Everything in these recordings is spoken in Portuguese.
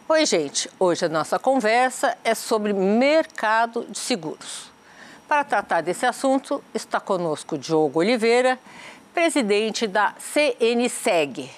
Oi, gente. Hoje a nossa conversa é sobre mercado de seguros. Para tratar desse assunto, está conosco Diogo Oliveira, presidente da CNSEG.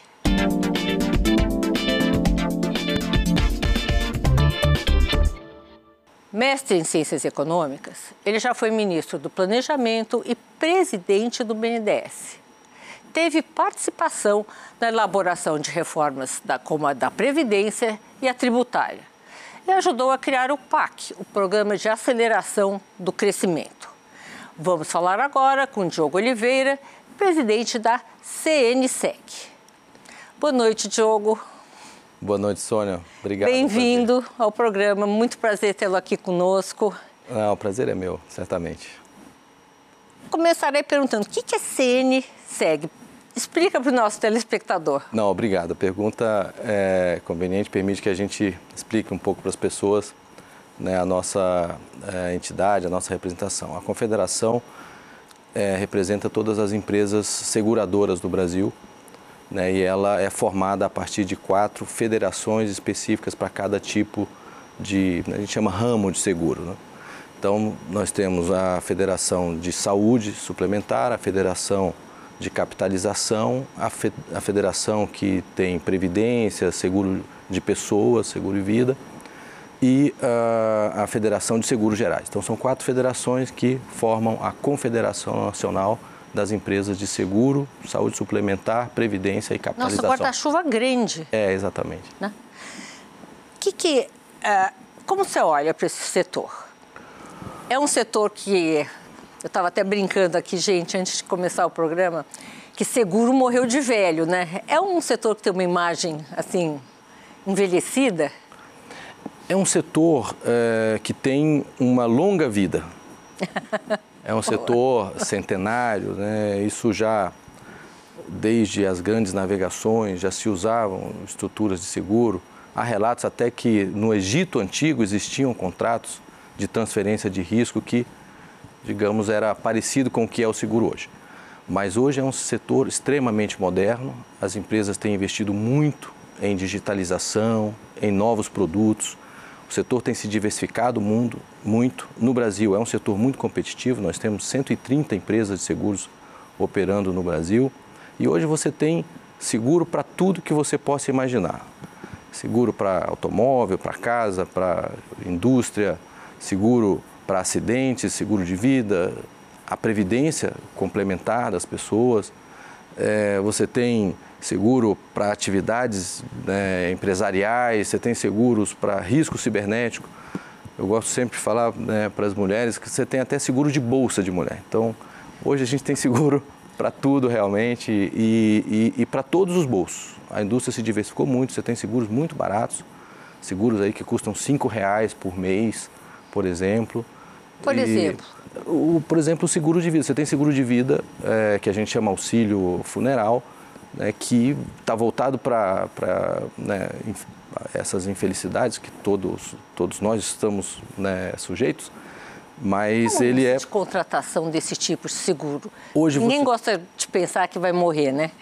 Mestre em Ciências Econômicas, ele já foi ministro do Planejamento e presidente do BNDES. Teve participação na elaboração de reformas como a da Previdência e a tributária. E ajudou a criar o PAC, o Programa de Aceleração do Crescimento. Vamos falar agora com Diogo Oliveira, presidente da CNSEG. Boa noite, Diogo. Boa noite, Sônia. Obrigado. Bem-vindo ao programa. Muito prazer tê-lo aqui conosco. O prazer é meu, certamente. Começarei perguntando, o que é CNSEG? Explica para o nosso telespectador. Não, obrigado. A pergunta é conveniente, permite que a gente explique um pouco para as pessoas, né, a nossa entidade, a nossa representação. A Confederação representa todas as empresas seguradoras do Brasil, né, e ela é formada a partir de 4 federações específicas para cada tipo de, a gente chama ramo de seguro, né? Então, nós temos a Federação de Saúde Suplementar, a Federação de Capitalização, a Federação que tem Previdência, Seguro de Pessoas, Seguro de Vida, e a Federação de Seguros Gerais. Então, são 4 federações que formam a Confederação Nacional das Empresas de Seguro, Saúde Suplementar, Previdência e Capitalização. Nossa, guarda-chuva grande. Exatamente. Né? Como você olha para esse setor? É um setor que, eu estava até brincando aqui, gente, antes de começar o programa, que seguro morreu de velho, né? É um setor que tem uma imagem, assim, envelhecida? É um setor que tem uma longa vida. É um setor centenário, né? Isso já, desde as grandes navegações, já se usavam estruturas de seguro. Há relatos até que no Egito Antigo existiam contratos de transferência de risco que, digamos, era parecido com o que é o seguro hoje. Mas hoje é um setor extremamente moderno, as empresas têm investido muito em digitalização, em novos produtos. O setor tem se diversificado muito. No Brasil é um setor muito competitivo, nós temos 130 empresas de seguros operando no Brasil. E hoje você tem seguro para tudo que você possa imaginar. Seguro para automóvel, para casa, para indústria, seguro para acidentes, seguro de vida, a previdência complementar das pessoas. Você tem seguro para atividades, né, empresariais, você tem seguros para risco cibernético. Eu gosto sempre de falar, né, para as mulheres que você tem até seguro de bolsa de mulher. Então, hoje a gente tem seguro para tudo realmente e para todos os bolsos. A indústria se diversificou muito, você tem seguros muito baratos, seguros aí que custam R$5 por mês, por exemplo. Por exemplo? Por exemplo, o seguro de vida. Você tem seguro de vida, que a gente chama auxílio funeral, né, que está voltado para né, essas infelicidades que todos nós estamos, né, sujeitos, mas como ele de contratação desse tipo de seguro? Hoje ninguém gosta de pensar que vai morrer, né?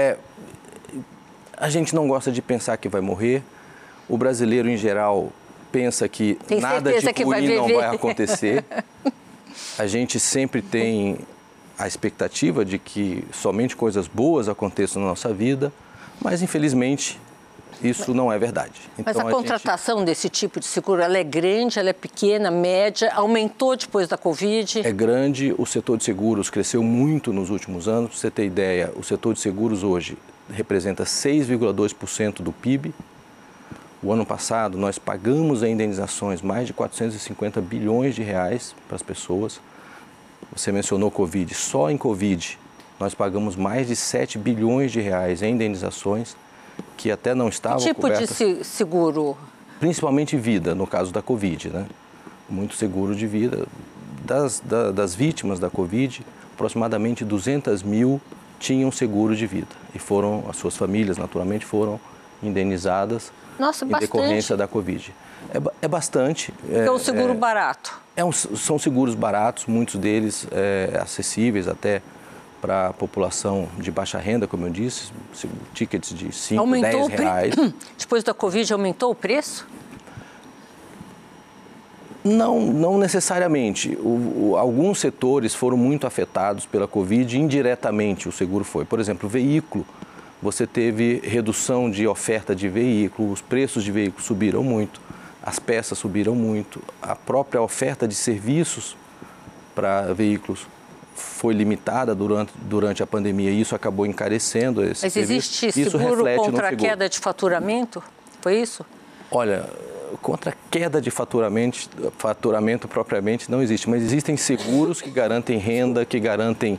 A gente não gosta de pensar que vai morrer. O brasileiro, em geral, pensa que nada de ruim não vai acontecer. A gente sempre tem a expectativa de que somente coisas boas aconteçam na nossa vida, mas infelizmente isso não é verdade. Mas então, a contratação desse tipo de seguro, ela é grande, ela é pequena, média, aumentou depois da Covid? É grande, o setor de seguros cresceu muito nos últimos anos. Para você ter ideia, o setor de seguros hoje representa 6,2% do PIB. O ano passado nós pagamos em indenizações mais de 450 bilhões de reais para as pessoas. Você mencionou Covid. Só em Covid nós pagamos mais de 7 bilhões de reais em indenizações que até não estavam cobertas. Que tipo de seguro? Principalmente vida, no caso da Covid, né? Muito seguro de vida. Das vítimas da Covid, aproximadamente 200 mil tinham seguro de vida. E as suas famílias, naturalmente, foram indenizadas. Nossa, em decorrência da Covid. É bastante. É um seguro barato? São seguros baratos, muitos deles acessíveis até para a população de baixa renda, como eu disse, tickets de 5, 10 reais. Depois da Covid, aumentou o preço? Não necessariamente. Alguns setores foram muito afetados pela Covid, indiretamente o seguro foi. Por exemplo, veículo, você teve redução de oferta de veículo, os preços de veículos subiram muito, as peças subiram muito, a própria oferta de serviços para veículos foi limitada durante a pandemia e isso acabou encarecendo esse Mas serviço. Existe seguro contra a queda de faturamento? Foi isso? Olha, contra a queda de faturamento propriamente não existe, mas existem seguros que garantem renda, que garantem,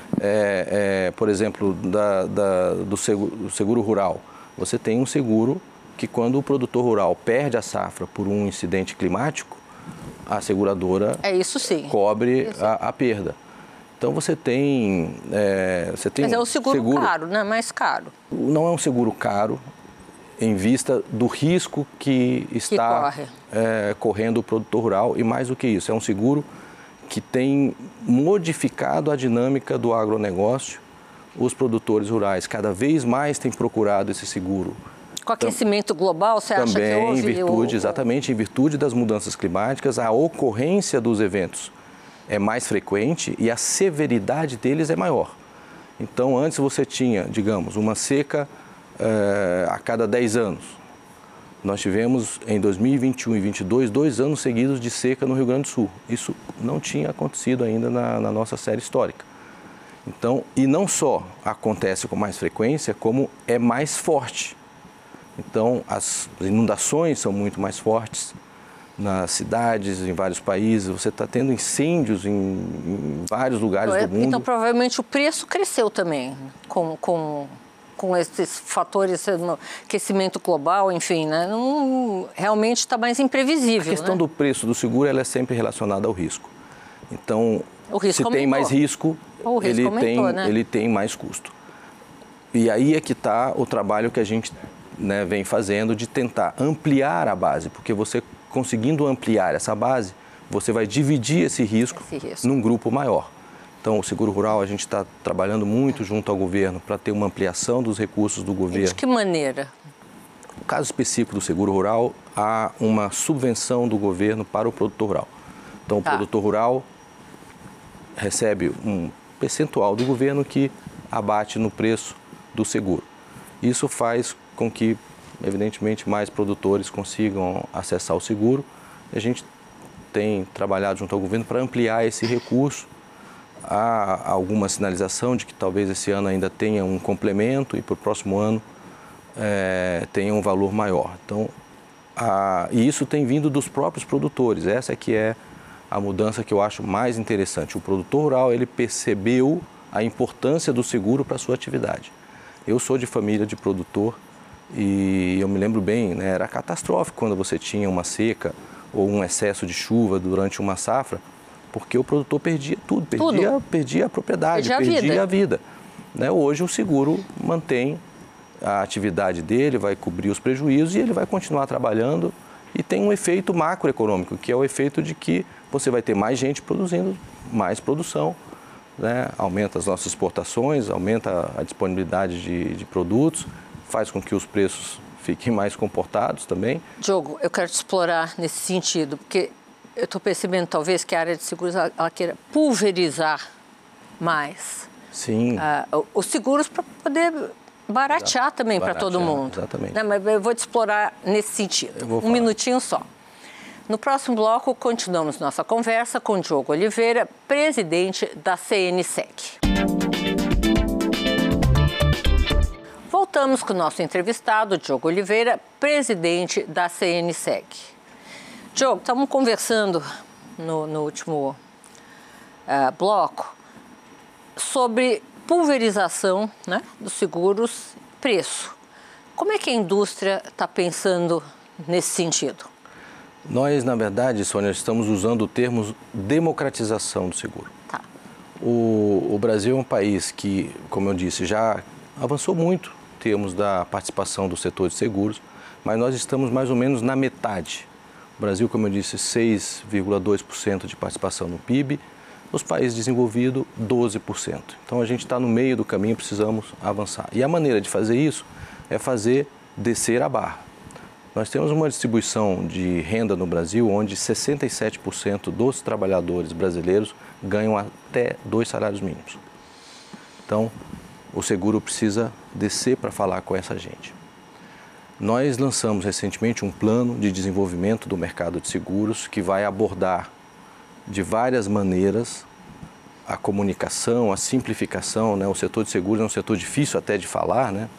por exemplo, do seguro rural. Você tem um seguro que quando o produtor rural perde a safra por um incidente climático, a seguradora isso sim. cobre a perda. Então você tem... Mas é um seguro caro, né? Mais caro. Não é um seguro caro em vista do risco que está correndo o produtor rural e mais do que isso, é um seguro que tem modificado a dinâmica do agronegócio. Os produtores rurais cada vez mais têm procurado esse seguro. Com o aquecimento global, você acha que houve... Exatamente, em virtude das mudanças climáticas, a ocorrência dos eventos é mais frequente e a severidade deles é maior. Então, antes você tinha, digamos, uma seca a cada 10 anos. Nós tivemos, em 2021 e 2022, 2 anos seguidos de seca no Rio Grande do Sul. Isso não tinha acontecido ainda na nossa série histórica. Então, e não só acontece com mais frequência, como é mais forte. Então, as inundações são muito mais fortes nas cidades, em vários países. Você está tendo incêndios em vários lugares do mundo. Então, provavelmente o preço cresceu também com esses fatores, aquecimento global, enfim, né? Realmente está mais imprevisível. A questão do preço do seguro ela é sempre relacionada ao risco. Então, se tem mais risco, ele tem mais custo. E aí é que está o trabalho que a gente vem fazendo de tentar ampliar a base, porque você conseguindo ampliar essa base, você vai dividir esse risco num grupo maior. Então, o seguro rural, a gente está trabalhando muito junto ao governo para ter uma ampliação dos recursos do governo. De que maneira? No caso específico do seguro rural, há uma subvenção do governo para o produtor rural. Então, o produtor rural recebe um percentual do governo que abate no preço do seguro. Isso faz com que, evidentemente, mais produtores consigam acessar o seguro. A gente tem trabalhado junto ao governo para ampliar esse recurso. Há alguma sinalização de que talvez esse ano ainda tenha um complemento e para o próximo ano tenha um valor maior. Então, e isso tem vindo dos próprios produtores. Essa é que é a mudança que eu acho mais interessante. O produtor rural, ele percebeu a importância do seguro para a sua atividade. Eu sou de família de produtor e eu me lembro bem, era catastrófico quando você tinha uma seca ou um excesso de chuva durante uma safra, porque o produtor perdia tudo, perdia a propriedade, perdia a vida. Hoje o seguro mantém a atividade dele, vai cobrir os prejuízos e ele vai continuar trabalhando e tem um efeito macroeconômico, que é o efeito de que você vai ter mais gente produzindo, mais produção, aumenta as nossas exportações, aumenta a disponibilidade de produtos, faz com que os preços fiquem mais comportados também. Diogo, eu quero te explorar nesse sentido, porque eu estou percebendo talvez que a área de seguros ela queira pulverizar mais os seguros para poder baratear também para todo mundo. Exatamente. Mas eu vou te explorar nesse sentido. Um minutinho só. No próximo bloco, continuamos nossa conversa com Diogo Oliveira, presidente da CNSEC. Voltamos com o nosso entrevistado, Diogo Oliveira, presidente da CNSEC. Diogo, estamos conversando no último bloco sobre pulverização dos seguros, preço. Como é que a indústria está pensando nesse sentido? Nós, na verdade, Sônia, estamos usando o termo democratização do seguro. Tá. O Brasil é um país que, como eu disse, já avançou muito em termos da participação do setor de seguros, mas nós estamos mais ou menos na metade. O Brasil, como eu disse, 6,2% de participação no PIB, Os países desenvolvidos, 12%. Então, a gente está no meio do caminho, precisamos avançar. E a maneira de fazer isso é fazer descer a barra. Nós temos uma distribuição de renda no Brasil onde 67% dos trabalhadores brasileiros ganham até 2 salários mínimos. Então, o seguro precisa descer para falar com essa gente. Nós lançamos recentemente um plano de desenvolvimento do mercado de seguros que vai abordar de várias maneiras a comunicação, a simplificação, né? O setor de seguros é um setor difícil até de falar, né?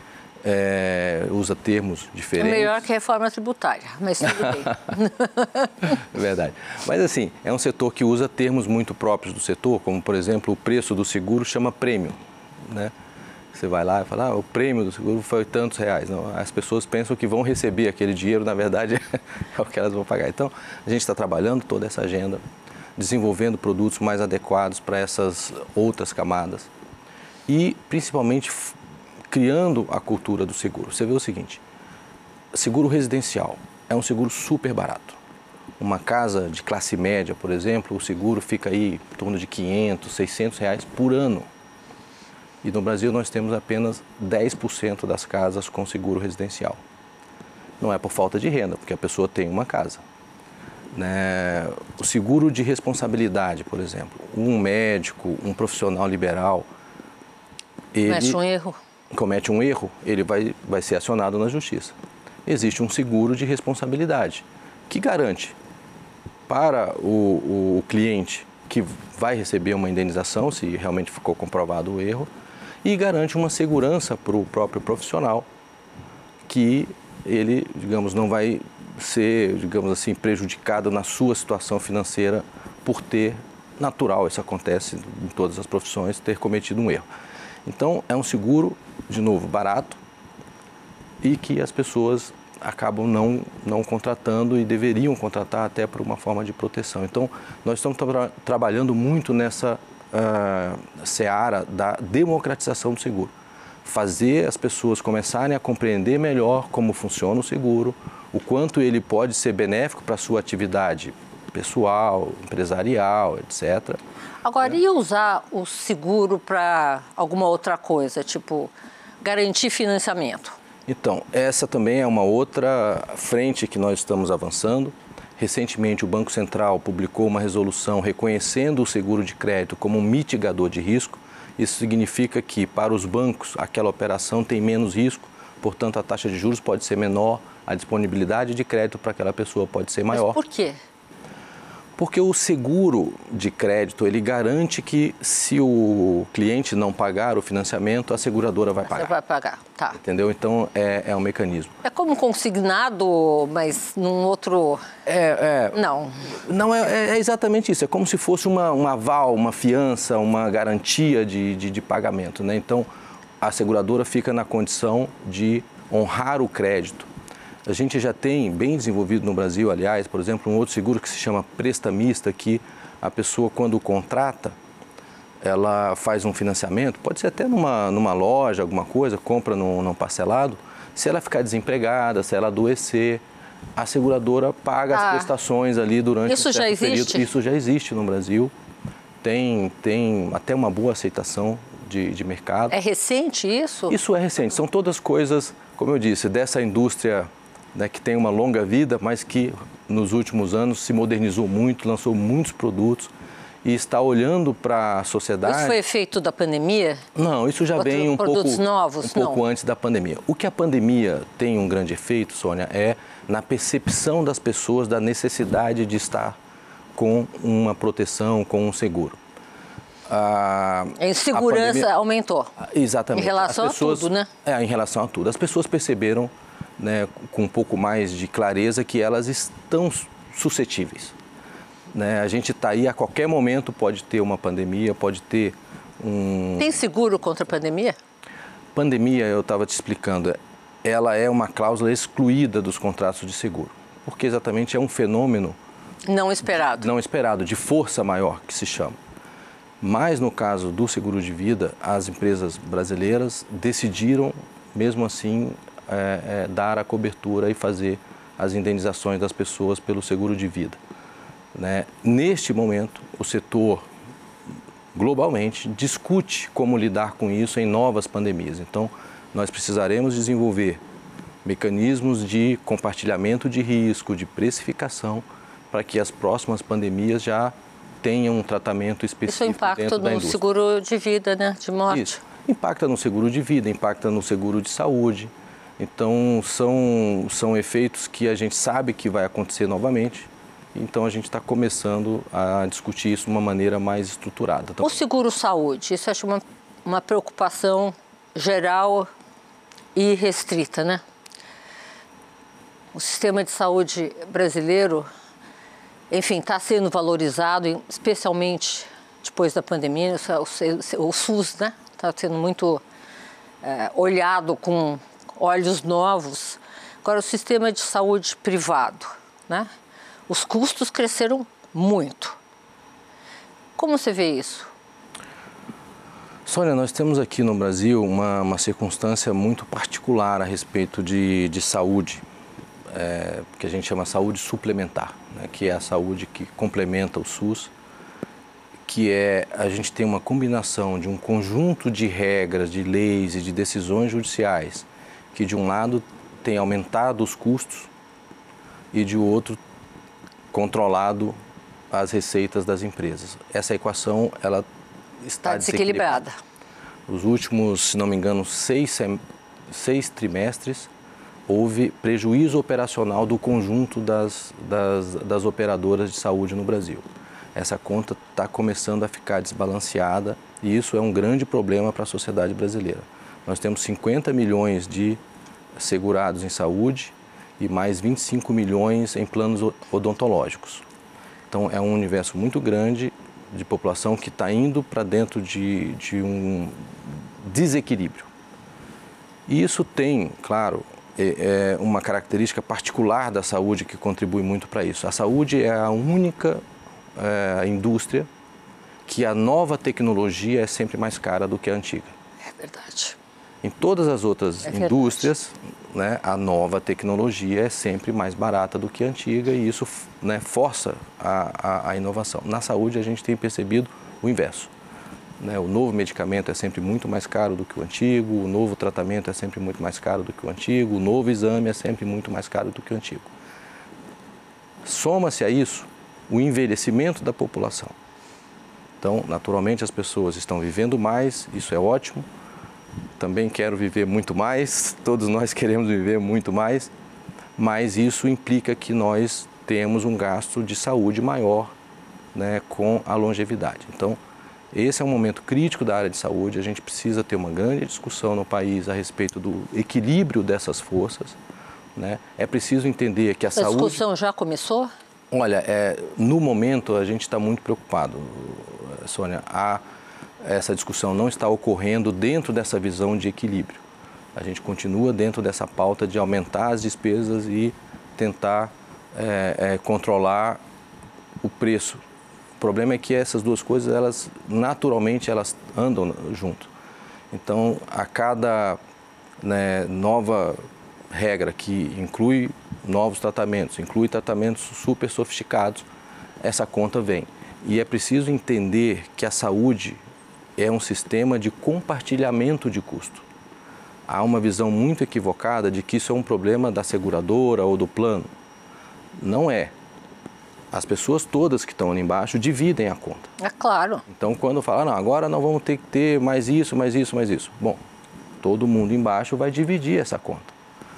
Usa termos diferentes. É melhor que a reforma tributária, mas tudo bem. É verdade. Mas assim, é um setor que usa termos muito próprios do setor, como por exemplo, o preço do seguro chama prêmio, né? Você vai lá e fala, o prêmio do seguro foi tantos reais. Não, as pessoas pensam que vão receber aquele dinheiro, na verdade é o que elas vão pagar. Então, a gente está trabalhando toda essa agenda, desenvolvendo produtos mais adequados para essas outras camadas e principalmente criando a cultura do seguro. Você vê o seguinte, seguro residencial é um seguro super barato. Uma casa de classe média, por exemplo, o seguro fica aí em torno de 500, 600 reais por ano. E no Brasil nós temos apenas 10% das casas com seguro residencial. Não é por falta de renda, porque a pessoa tem uma casa. Né? O seguro de responsabilidade, por exemplo, um médico, um profissional liberal, ele comete um erro, ele vai ser acionado na justiça. Existe um seguro de responsabilidade que garante para o cliente que vai receber uma indenização se realmente ficou comprovado o erro e garante uma segurança para o próprio profissional que ele, digamos, não vai ser, digamos assim, prejudicado na sua situação financeira por ter, natural, isso acontece em todas as profissões, ter cometido um erro. Então, é um seguro, de novo, barato e que as pessoas acabam não contratando e deveriam contratar até por uma forma de proteção. Então, nós estamos trabalhando muito nessa seara da democratização do seguro. Fazer as pessoas começarem a compreender melhor como funciona o seguro, o quanto ele pode ser benéfico para a sua atividade pessoal, empresarial, etc. Agora, e usar o seguro para alguma outra coisa, tipo garantir financiamento? Então, essa também é uma outra frente que nós estamos avançando. Recentemente, o Banco Central publicou uma resolução reconhecendo o seguro de crédito como um mitigador de risco. Isso significa que, para os bancos, aquela operação tem menos risco, portanto, a taxa de juros pode ser menor, a disponibilidade de crédito para aquela pessoa pode ser maior. Mas por quê? Porque o seguro de crédito, ele garante que se o cliente não pagar o financiamento, a seguradora vai pagar. Você vai pagar, tá. Entendeu? Então, é um mecanismo. É como consignado, mas num outro... Não. Não, é exatamente isso. É como se fosse um aval, uma fiança, uma garantia de pagamento, né? Então, a seguradora fica na condição de honrar o crédito. A gente já tem bem desenvolvido no Brasil, aliás, por exemplo, um outro seguro que se chama prestamista, que a pessoa, quando contrata, ela faz um financiamento, pode ser até numa loja, alguma coisa, compra num parcelado. Se ela ficar desempregada, se ela adoecer, a seguradora paga as prestações ali durante um certo período. Isso já existe no Brasil. Tem até uma boa aceitação de mercado. É recente isso? Isso é recente. São todas coisas, como eu disse, dessa indústria, né, que tem uma longa vida, mas que nos últimos anos se modernizou muito, lançou muitos produtos e está olhando para a sociedade. Isso foi efeito da pandemia? Não, isso já vem um pouco antes da pandemia. O que a pandemia tem um grande efeito, Sônia, é na percepção das pessoas da necessidade de estar com uma proteção, com um seguro. A insegurança aumentou. Exatamente. Em relação a tudo, né? Em relação a tudo. As pessoas perceberam, né, com um pouco mais de clareza que elas estão suscetíveis. Né? A gente está aí, a qualquer momento pode ter uma pandemia, pode ter um... Tem seguro contra a pandemia? Pandemia, eu estava te explicando, ela é uma cláusula excluída dos contratos de seguro, porque exatamente é um fenômeno... Não esperado. Não esperado, de força maior, que se chama. Mas no caso do seguro de vida, as empresas brasileiras decidiram, mesmo assim, dar a cobertura e fazer as indenizações das pessoas pelo seguro de vida. Né? Neste momento, o setor globalmente, discute como lidar com isso em novas pandemias. Então, nós precisaremos desenvolver mecanismos de compartilhamento de risco, de precificação, para que as próximas pandemias já tenham um tratamento específico. Isso impacta no seguro de vida, né? De morte. Isso. Impacta no seguro de vida, impacta no seguro de saúde. Então, são efeitos que a gente sabe que vai acontecer novamente. Então, a gente está começando a discutir isso de uma maneira mais estruturada. O seguro-saúde, isso acho uma preocupação geral e restrita, né? O sistema de saúde brasileiro, enfim, está sendo valorizado, especialmente depois da pandemia. O SUS, né? Está sendo muito olhado com olhos novos. Agora, o sistema de saúde privado, né? Os custos cresceram muito. Como você vê isso? Sônia, nós temos aqui no Brasil uma circunstância muito particular a respeito de saúde, que a gente chama saúde suplementar, né? Que é a saúde que complementa o SUS, que a gente tem uma combinação de um conjunto de regras, de leis e de decisões judiciais, que de um lado tem aumentado os custos e de outro controlado as receitas das empresas. Essa equação, ela está desequilibrada. Os últimos, se não me engano, seis trimestres, houve prejuízo operacional do conjunto das operadoras de saúde no Brasil. Essa conta está começando a ficar desbalanceada e isso é um grande problema para a sociedade brasileira. Nós temos 50 milhões de segurados em saúde e mais 25 milhões em planos odontológicos. Então, é um universo muito grande de população que está indo para dentro de um desequilíbrio. E isso tem, claro, uma característica particular da saúde que contribui muito para isso. A saúde é a única indústria que a nova tecnologia é sempre mais cara do que a antiga. É verdade. Em todas as outras indústrias, né, a nova tecnologia é sempre mais barata do que a antiga e isso, né, força a inovação. Na saúde, a gente tem percebido o inverso, né? O novo medicamento é sempre muito mais caro do que o antigo, o novo tratamento é sempre muito mais caro do que o antigo, o novo exame é sempre muito mais caro do que o antigo. Soma-se a isso o envelhecimento da população. Então, naturalmente, as pessoas estão vivendo mais, isso é ótimo. Também quero viver muito mais, todos nós queremos viver muito mais, mas isso implica que nós temos um gasto de saúde maior, né, com a longevidade. Então, esse é um momento crítico da área de saúde, a gente precisa ter uma grande discussão no país a respeito do equilíbrio dessas forças, né? É preciso entender que a saúde... A discussão já começou? Olha, no momento a gente está muito preocupado, Sônia. Essa discussão não está ocorrendo dentro dessa visão de equilíbrio. A gente continua dentro dessa pauta de aumentar as despesas e tentar controlar o preço. O problema é que essas duas coisas, elas naturalmente elas andam junto. Então, a cada, né, nova regra que inclui novos tratamentos, inclui tratamentos super sofisticados, essa conta vem. E é preciso entender que a saúde é um sistema de compartilhamento de custo. Há uma visão muito equivocada de que isso é um problema da seguradora ou do plano. Não é. As pessoas todas que estão ali embaixo dividem a conta. É claro. Então, quando falam, não, agora não vamos ter que ter mais isso, mais isso, mais isso. Bom, todo mundo embaixo vai dividir essa conta.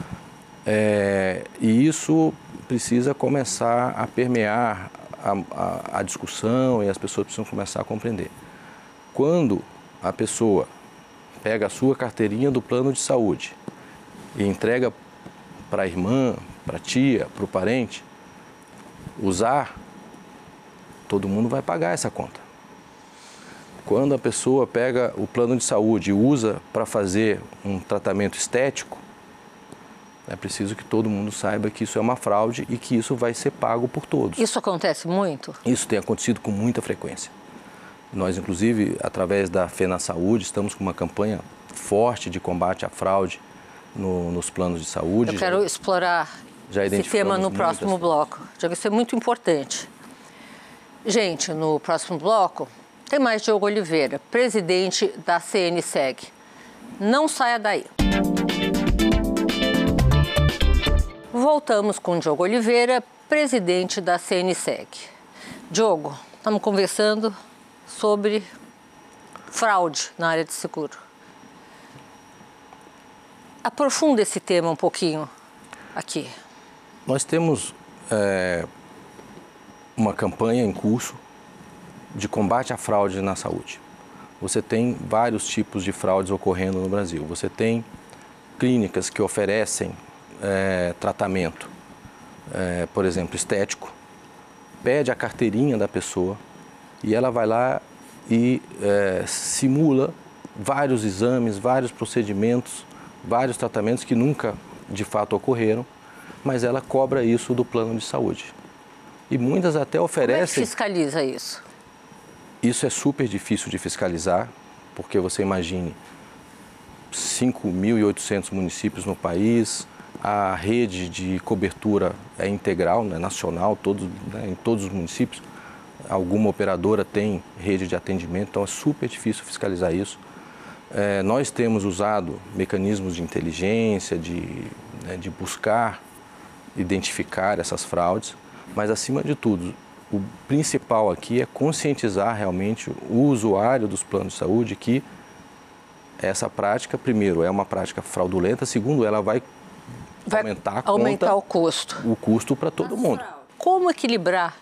E isso precisa começar a permear a discussão e as pessoas precisam começar a compreender. Quando a pessoa pega a sua carteirinha do plano de saúde e entrega para a irmã, para a tia, para o parente, usar, todo mundo vai pagar essa conta. Quando a pessoa pega o plano de saúde e usa para fazer um tratamento estético, é preciso que todo mundo saiba que isso é uma fraude e que isso vai ser pago por todos. Isso acontece muito? Isso tem acontecido com muita frequência. Nós, inclusive, através da FENA Saúde, estamos com uma campanha forte de combate à fraude nos planos de saúde. Eu quero explorar esse tema no próximo bloco. Já vai ser muito importante. Gente, no próximo bloco, Tem mais Diogo Oliveira, presidente da CNSEG. Não saia daí. Voltamos com Diogo Oliveira, presidente da CNSEG. Diogo, estamos conversando sobre fraude na área de seguro. Aprofunda esse tema um pouquinho aqui. Nós temos uma campanha em curso de combate à fraude na saúde. Você tem vários tipos de fraudes ocorrendo no Brasil. Você tem clínicas que oferecem tratamento, por exemplo, estético, pede a carteirinha da pessoa e ela vai lá e simula vários exames, vários procedimentos, vários tratamentos que nunca de fato ocorreram, mas ela cobra isso do plano de saúde. E muitas até oferecem... Como é que fiscaliza isso? Isso é super difícil de fiscalizar, porque você imagine 5.800 municípios no país, a rede de cobertura é integral, né, nacional, em todos os municípios. Alguma operadora tem rede de atendimento, então é super difícil fiscalizar isso. Nós temos usado mecanismos de inteligência, de buscar, identificar essas fraudes, mas acima de tudo, o principal aqui é conscientizar realmente o usuário dos planos de saúde que essa prática, primeiro, é uma prática fraudulenta, segundo, ela vai aumentar o custo. O custo para todo mundo. Como equilibrar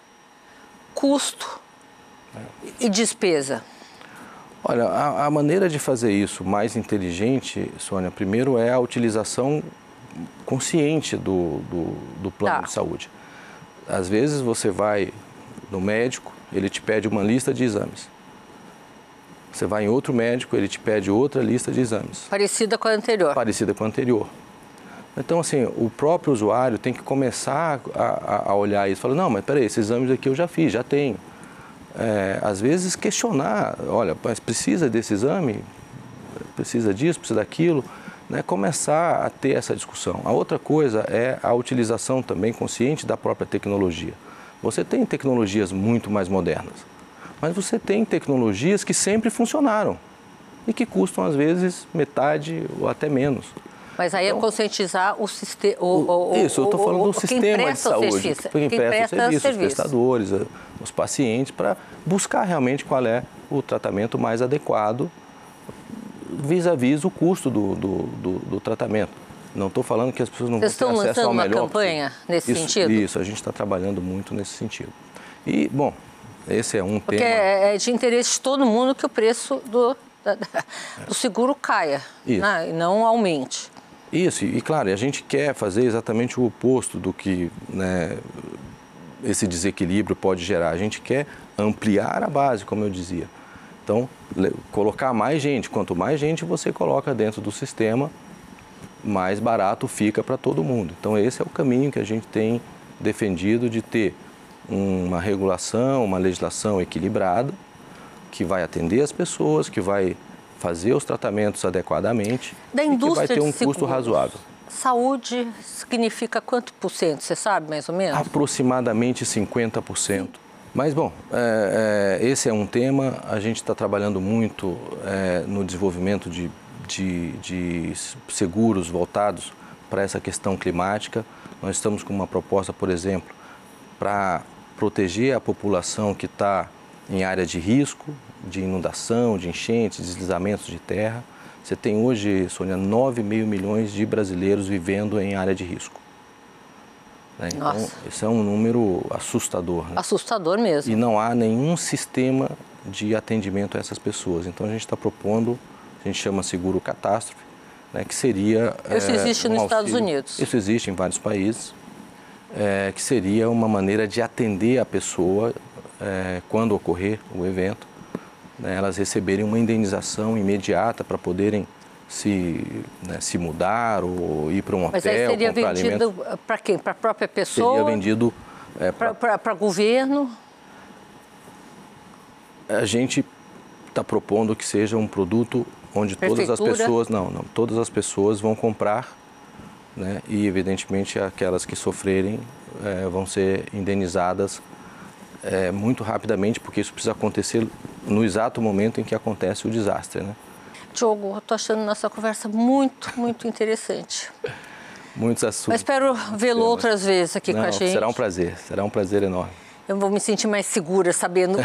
custo e despesa? Olha, a maneira de fazer isso mais inteligente, Sônia, primeiro é a utilização consciente do plano de saúde. Às vezes você vai no médico, ele te pede uma lista de exames. Você vai em outro médico, ele te pede outra lista de exames. Parecida com a anterior. Parecida com a anterior. Então, assim, o próprio usuário tem que começar a olhar isso. Falar, não, mas peraí, esses exames aqui eu já fiz, já tenho. Às vezes questionar, olha, mas precisa desse exame? Precisa disso, precisa daquilo? Né? Começar a ter essa discussão. A outra coisa é a utilização também consciente da própria tecnologia. Você tem tecnologias muito mais modernas, mas você tem tecnologias que sempre funcionaram e que custam, às vezes, metade ou até menos. Mas aí então, é conscientizar o sistema... Isso, eu estou falando do sistema de saúde, quem presta o serviço, os prestadores, os pacientes, para buscar realmente qual é o tratamento mais adequado vis-à-vis o custo do tratamento. Não estou falando que as pessoas não vão ter acesso ao melhor. Vocês estão lançando uma campanha nesse sentido? Isso, a gente está trabalhando muito nesse sentido. E, bom, esse é um tema... Porque é de interesse de todo mundo que o preço do seguro caia, né? E não aumente. Isso, e claro, a gente quer fazer exatamente o oposto do que, né, esse desequilíbrio pode gerar. A gente quer ampliar a base, como eu dizia. Então, colocar mais gente. Quanto mais gente você coloca dentro do sistema, mais barato fica para todo mundo. Então, esse é o caminho que a gente tem defendido de ter uma regulação, uma legislação equilibrada, que vai atender as pessoas, que vai fazer os tratamentos adequadamente e que vai ter um custo razoável. Saúde significa quanto por cento? Você sabe, mais ou menos? Aproximadamente 50%. Mas, bom, esse é um tema. A gente está trabalhando muito no desenvolvimento de seguros voltados para essa questão climática. Nós estamos com uma proposta, por exemplo, para proteger a população que está em área de risco, de inundação, de enchentes, deslizamentos de terra. Você tem hoje, Sônia, 9,5 milhões de brasileiros vivendo em área de risco. Né? Então, esse é um número assustador. Né? Assustador mesmo. E não há nenhum sistema de atendimento a essas pessoas. Então, a gente está propondo, a gente chama seguro catástrofe, né, que seria... Isso existe nos Estados Unidos. Isso existe em vários países, que seria uma maneira de atender a pessoa quando ocorrer o evento, né, elas receberem uma indenização imediata para poderem se mudar ou ir para um hotel, Mas aí seria vendido para quem? Para a própria pessoa? Seria vendido... para governo? A gente está propondo que seja um produto onde todas as pessoas... todas as pessoas vão comprar, né, e evidentemente aquelas que sofrerem vão ser indenizadas muito rapidamente, porque isso precisa acontecer no exato momento em que acontece o desastre, né? Diogo, eu estou achando nossa conversa muito, muito interessante. Muitos assuntos. Mas espero vê-lo outras vezes aqui com a gente. Será um prazer enorme. Eu vou me sentir mais segura sabendo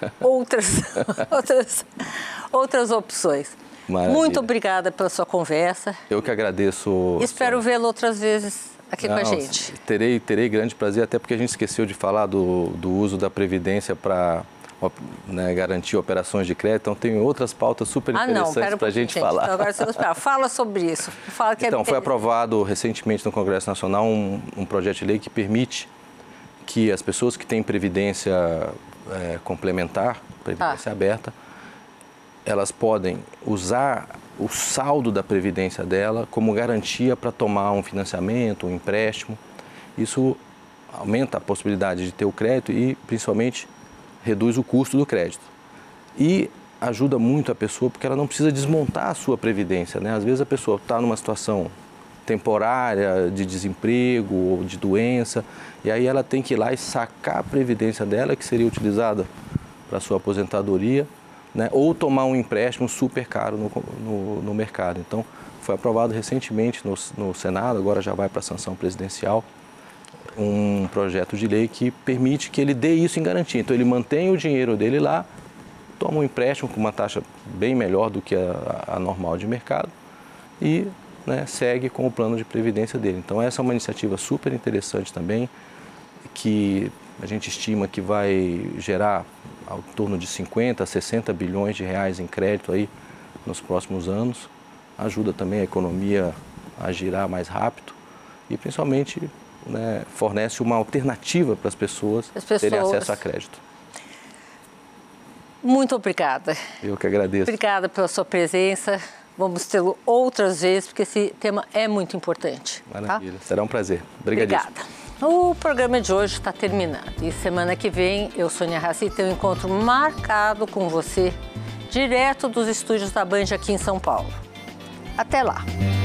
outras opções. Maravilha. Muito obrigada pela sua conversa. Eu que agradeço. Espero vê-lo outras vezes aqui com a gente. Terei grande prazer, até porque a gente esqueceu de falar do uso da Previdência para, né, garantir operações de crédito. Então, tem outras pautas super interessantes para a gente falar. Então, agora você não espera. Fala sobre isso. Foi aprovado recentemente no Congresso Nacional um projeto de lei que permite que as pessoas que têm previdência complementar, previdência aberta, elas podem usar o saldo da previdência dela como garantia para tomar um financiamento, um empréstimo. Isso aumenta a possibilidade de ter o crédito e, principalmente, reduz o custo do crédito. E ajuda muito a pessoa porque ela não precisa desmontar a sua previdência, né? Às vezes a pessoa está numa situação temporária de desemprego ou de doença e aí ela tem que ir lá e sacar a previdência dela, que seria utilizada para a sua aposentadoria, né? Ou tomar um empréstimo super caro no mercado. Então, foi aprovado recentemente no Senado, agora já vai para a sanção presidencial, um projeto de lei que permite que ele dê isso em garantia. Então, ele mantém o dinheiro dele lá, toma um empréstimo com uma taxa bem melhor do que a normal de mercado e, né, segue com o plano de previdência dele. Então, essa é uma iniciativa super interessante também, que a gente estima que vai gerar ao torno de 50 a 60 bilhões de reais em crédito aí nos próximos anos. Ajuda também a economia a girar mais rápido e, principalmente, né, fornece uma alternativa para as pessoas terem acesso a crédito. Muito obrigada. Eu que agradeço. Obrigada pela sua presença. Vamos tê-lo outras vezes, porque esse tema é muito importante. Maravilha. Tá? Será um prazer. Obrigadíssimo. Obrigada. O programa de hoje está terminando. E semana que vem, eu, Sônia Raci, tenho um encontro marcado com você, direto dos estúdios da Band aqui em São Paulo. Até lá!